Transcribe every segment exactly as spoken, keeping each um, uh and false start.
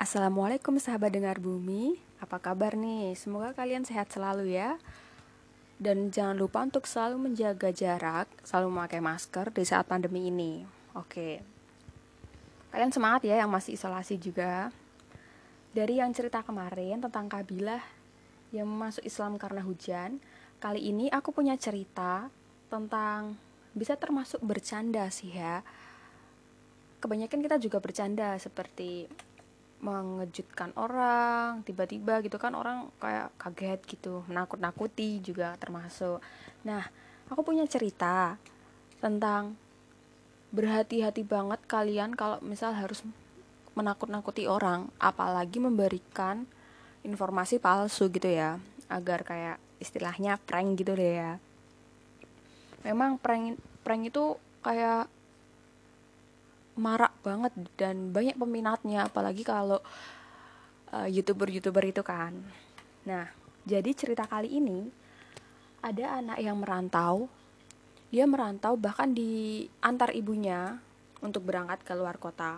Assalamualaikum sahabat dengar bumi, apa kabar nih? Semoga kalian sehat selalu ya. Dan jangan lupa untuk selalu menjaga jarak, selalu memakai masker di saat pandemi ini. Oke, kalian semangat ya yang masih isolasi juga. Dari yang cerita kemarin tentang kabilah yang masuk Islam karena hujan, kali ini aku punya cerita tentang bisa termasuk bercanda sih ya. Kebanyakan kita juga bercanda seperti mengejutkan orang, tiba-tiba gitu kan orang kayak kaget gitu, menakut-nakuti juga termasuk. Nah, aku punya cerita tentang berhati-hati banget kalian kalau misal harus menakut-nakuti orang, apalagi memberikan informasi palsu gitu ya, agar kayak istilahnya prank gitu deh ya. Memang prank prank itu kayak marak banget dan banyak peminatnya, apalagi kalau uh, youtuber-youtuber itu kan. Nah, jadi cerita kali ini ada anak yang merantau. Dia merantau bahkan diantar ibunya untuk berangkat ke luar kota.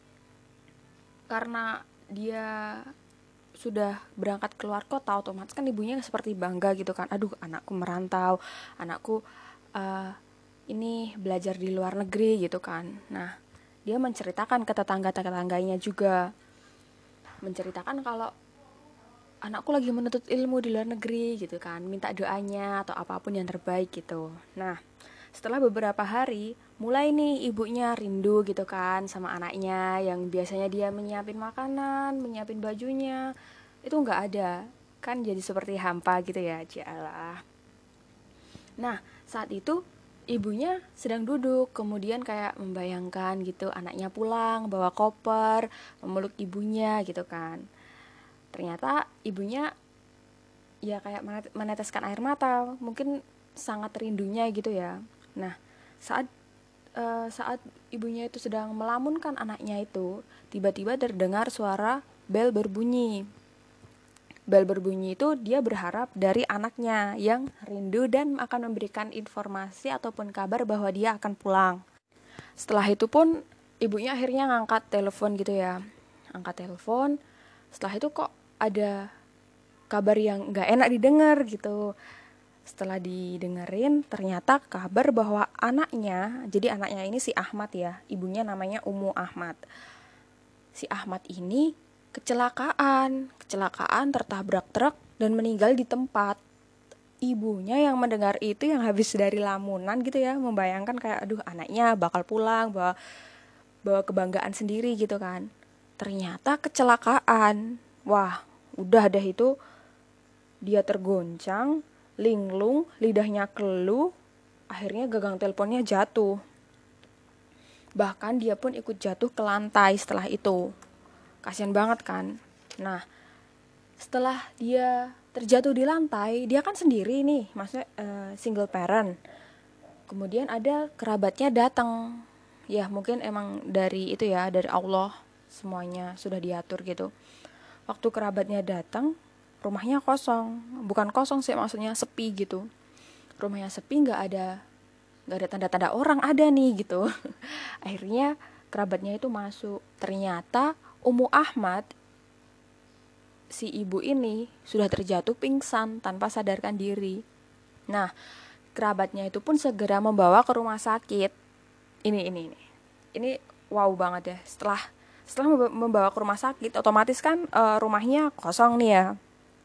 Karena dia sudah berangkat ke luar kota, otomatis kan ibunya seperti bangga gitu kan. Aduh, anakku merantau, anakku uh, ini belajar di luar negeri gitu kan. Nah, dia menceritakan ke tetangga-tetangganya juga. Menceritakan kalau anakku lagi menuntut ilmu di luar negeri gitu kan, minta doanya atau apapun yang terbaik gitu. Nah, setelah beberapa hari, mulai nih ibunya rindu gitu kan sama anaknya yang biasanya dia menyiapin makanan, menyiapin bajunya, itu nggak ada. Kan jadi seperti hampa gitu ya, jalah. Nah, saat itu ibunya sedang duduk, kemudian kayak membayangkan gitu anaknya pulang, bawa koper, memeluk ibunya gitu kan. Ternyata ibunya ya kayak meneteskan air mata, mungkin sangat rindunya gitu ya. Nah, saat uh, saat ibunya itu sedang melamunkan anaknya itu, tiba-tiba terdengar suara bel berbunyi. Bel berbunyi itu dia berharap dari anaknya yang rindu dan akan memberikan informasi ataupun kabar bahwa dia akan pulang. Setelah itu pun ibunya akhirnya ngangkat telepon gitu ya. Angkat telepon. Setelah itu kok ada kabar yang gak enak didengar gitu. Setelah didengerin, ternyata kabar bahwa anaknya, jadi anaknya ini si Ahmad ya, ibunya namanya Ummu Ahmad. Si Ahmad ini kecelakaan, kecelakaan tertabrak truk dan meninggal di tempat. Ibunya yang mendengar itu, yang habis dari lamunan gitu ya, membayangkan kayak aduh anaknya bakal pulang, bawa, bawa kebanggaan sendiri gitu kan. Ternyata kecelakaan. Wah, udah deh itu dia tergoncang, linglung, lidahnya keluh, akhirnya gagang teleponnya jatuh. Bahkan dia pun ikut jatuh ke lantai setelah itu. Kasian banget kan. Nah, setelah dia terjatuh di lantai, dia kan sendiri nih, maksudnya uh, single parent. Kemudian ada kerabatnya datang. Ya, mungkin emang dari itu ya, dari Allah semuanya sudah diatur gitu. Waktu kerabatnya datang, rumahnya kosong, bukan kosong sih maksudnya sepi gitu. Rumahnya sepi, nggak ada nggak ada tanda-tanda orang ada nih gitu. Akhirnya kerabatnya itu masuk. Ternyata Ummu Ahmad, si ibu ini sudah terjatuh pingsan tanpa sadarkan diri. Nah, kerabatnya itu pun segera membawa ke rumah sakit. Ini ini ini. Ini wow banget ya. Setelah setelah membawa ke rumah sakit, otomatis kan uh, rumahnya kosong nih ya.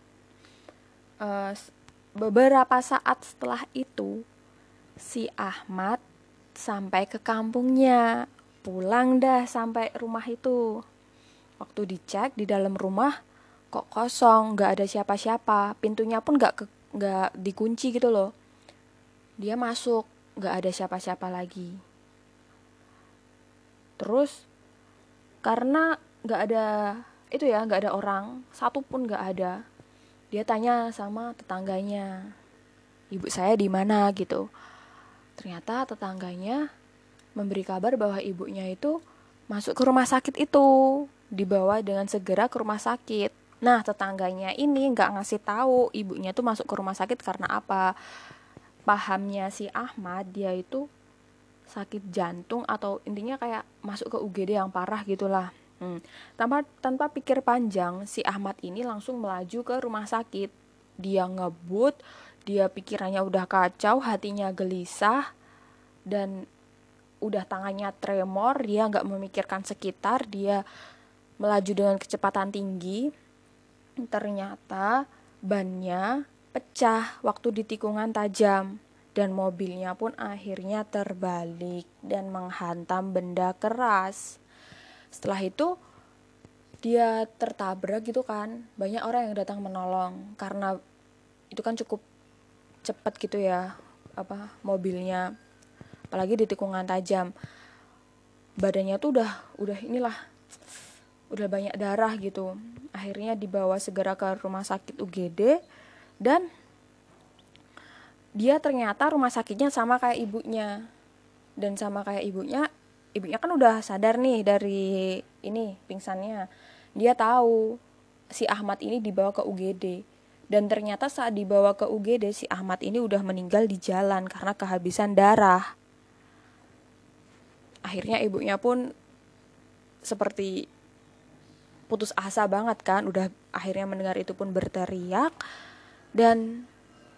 Uh, beberapa saat setelah itu si Ahmad sampai ke kampungnya, pulang dah sampai rumah itu. Waktu dicek di dalam rumah kok kosong, nggak ada siapa-siapa, pintunya pun nggak ke, nggak dikunci gitu loh. Dia masuk, nggak ada siapa-siapa lagi. Terus karena nggak ada itu ya, nggak ada orang, satu pun nggak ada. Dia tanya sama tetangganya, ibu saya di mana gitu. Ternyata tetangganya memberi kabar bahwa ibunya itu masuk ke rumah sakit itu, dibawa dengan segera ke rumah sakit. Nah, tetangganya ini nggak ngasih tahu ibunya tuh masuk ke rumah sakit karena apa. Pahamnya si Ahmad, dia itu sakit jantung atau intinya kayak masuk ke U G D yang parah gitulah. Hmm. Tanpa tanpa pikir panjang, si Ahmad ini langsung melaju ke rumah sakit. Dia ngebut, dia pikirannya udah kacau, hatinya gelisah, dan udah tangannya tremor, dia nggak memikirkan sekitar, dia melaju dengan kecepatan tinggi. Ternyata bannya pecah waktu di tikungan tajam, dan mobilnya pun akhirnya terbalik dan menghantam benda keras. Setelah itu dia tertabrak gitu kan, banyak orang yang datang menolong karena itu kan cukup cepat gitu ya, apa mobilnya, apalagi di tikungan tajam. Badannya tuh udah udah inilah udah banyak darah gitu. Akhirnya dibawa segera ke rumah sakit U G D, dan dia ternyata rumah sakitnya sama kayak ibunya. Dan sama kayak ibunya, ibunya kan udah sadar nih dari ini pingsannya. Dia tahu si Ahmad ini dibawa ke U G D. Dan ternyata saat dibawa ke U G D, si Ahmad ini udah meninggal di jalan karena kehabisan darah. Akhirnya ibunya pun seperti putus asa banget kan, udah akhirnya mendengar itu pun berteriak, dan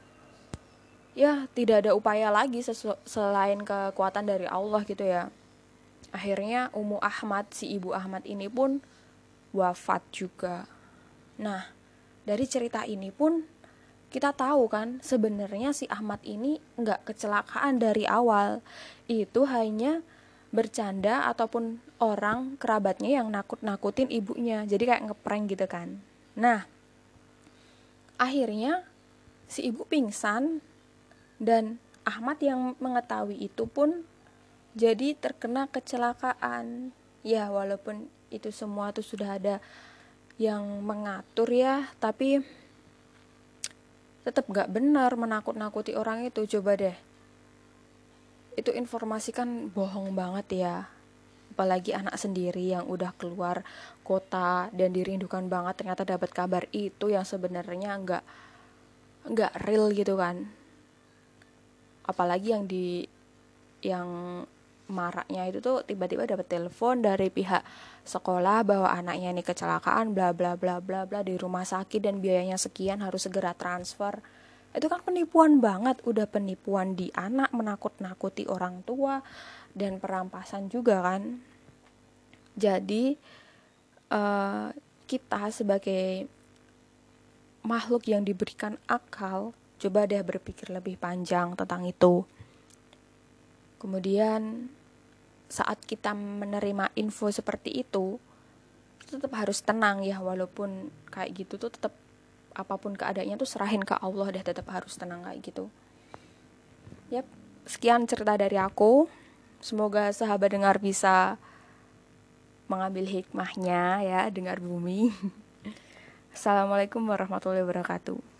ya tidak ada upaya lagi sesu- selain kekuatan dari Allah gitu ya. Akhirnya Ummu Ahmad, si ibu Ahmad ini pun wafat juga. Nah, dari cerita ini pun kita tahu kan sebenarnya si Ahmad ini nggak kecelakaan dari awal. Itu hanya bercanda ataupun orang kerabatnya yang nakut-nakutin ibunya. Jadi kayak ngeprank gitu kan. Nah, akhirnya si ibu pingsan, dan Ahmad yang mengetahui itu pun jadi terkena kecelakaan. Ya, walaupun itu semua tuh sudah ada yang mengatur ya, tapi tetap gak benar menakut-nakuti orang itu. Coba deh, itu informasi kan bohong banget ya. Apalagi anak sendiri yang udah keluar kota dan dirindukan banget, ternyata dapat kabar itu yang sebenarnya nggak nggak real gitu kan. Apalagi yang di yang maraknya itu tuh tiba-tiba dapat telepon dari pihak sekolah bahwa anaknya ini kecelakaan bla bla bla bla bla di rumah sakit dan biayanya sekian, harus segera transfer. Itu kan penipuan banget, udah penipuan di anak, menakut-nakuti orang tua, dan perampasan juga kan. Jadi uh, kita sebagai makhluk yang diberikan akal, coba deh berpikir lebih panjang tentang itu. Kemudian saat kita menerima info seperti itu, kita tetap harus tenang ya, walaupun kayak gitu tuh tetap apapun keadaannya tuh serahin ke Allah deh, tetap harus tenang kayak gitu. Yap, sekian cerita dari aku. Semoga sahabat dengar bisa mengambil hikmahnya ya, dengar bumi. Assalamualaikum warahmatullahi wabarakatuh.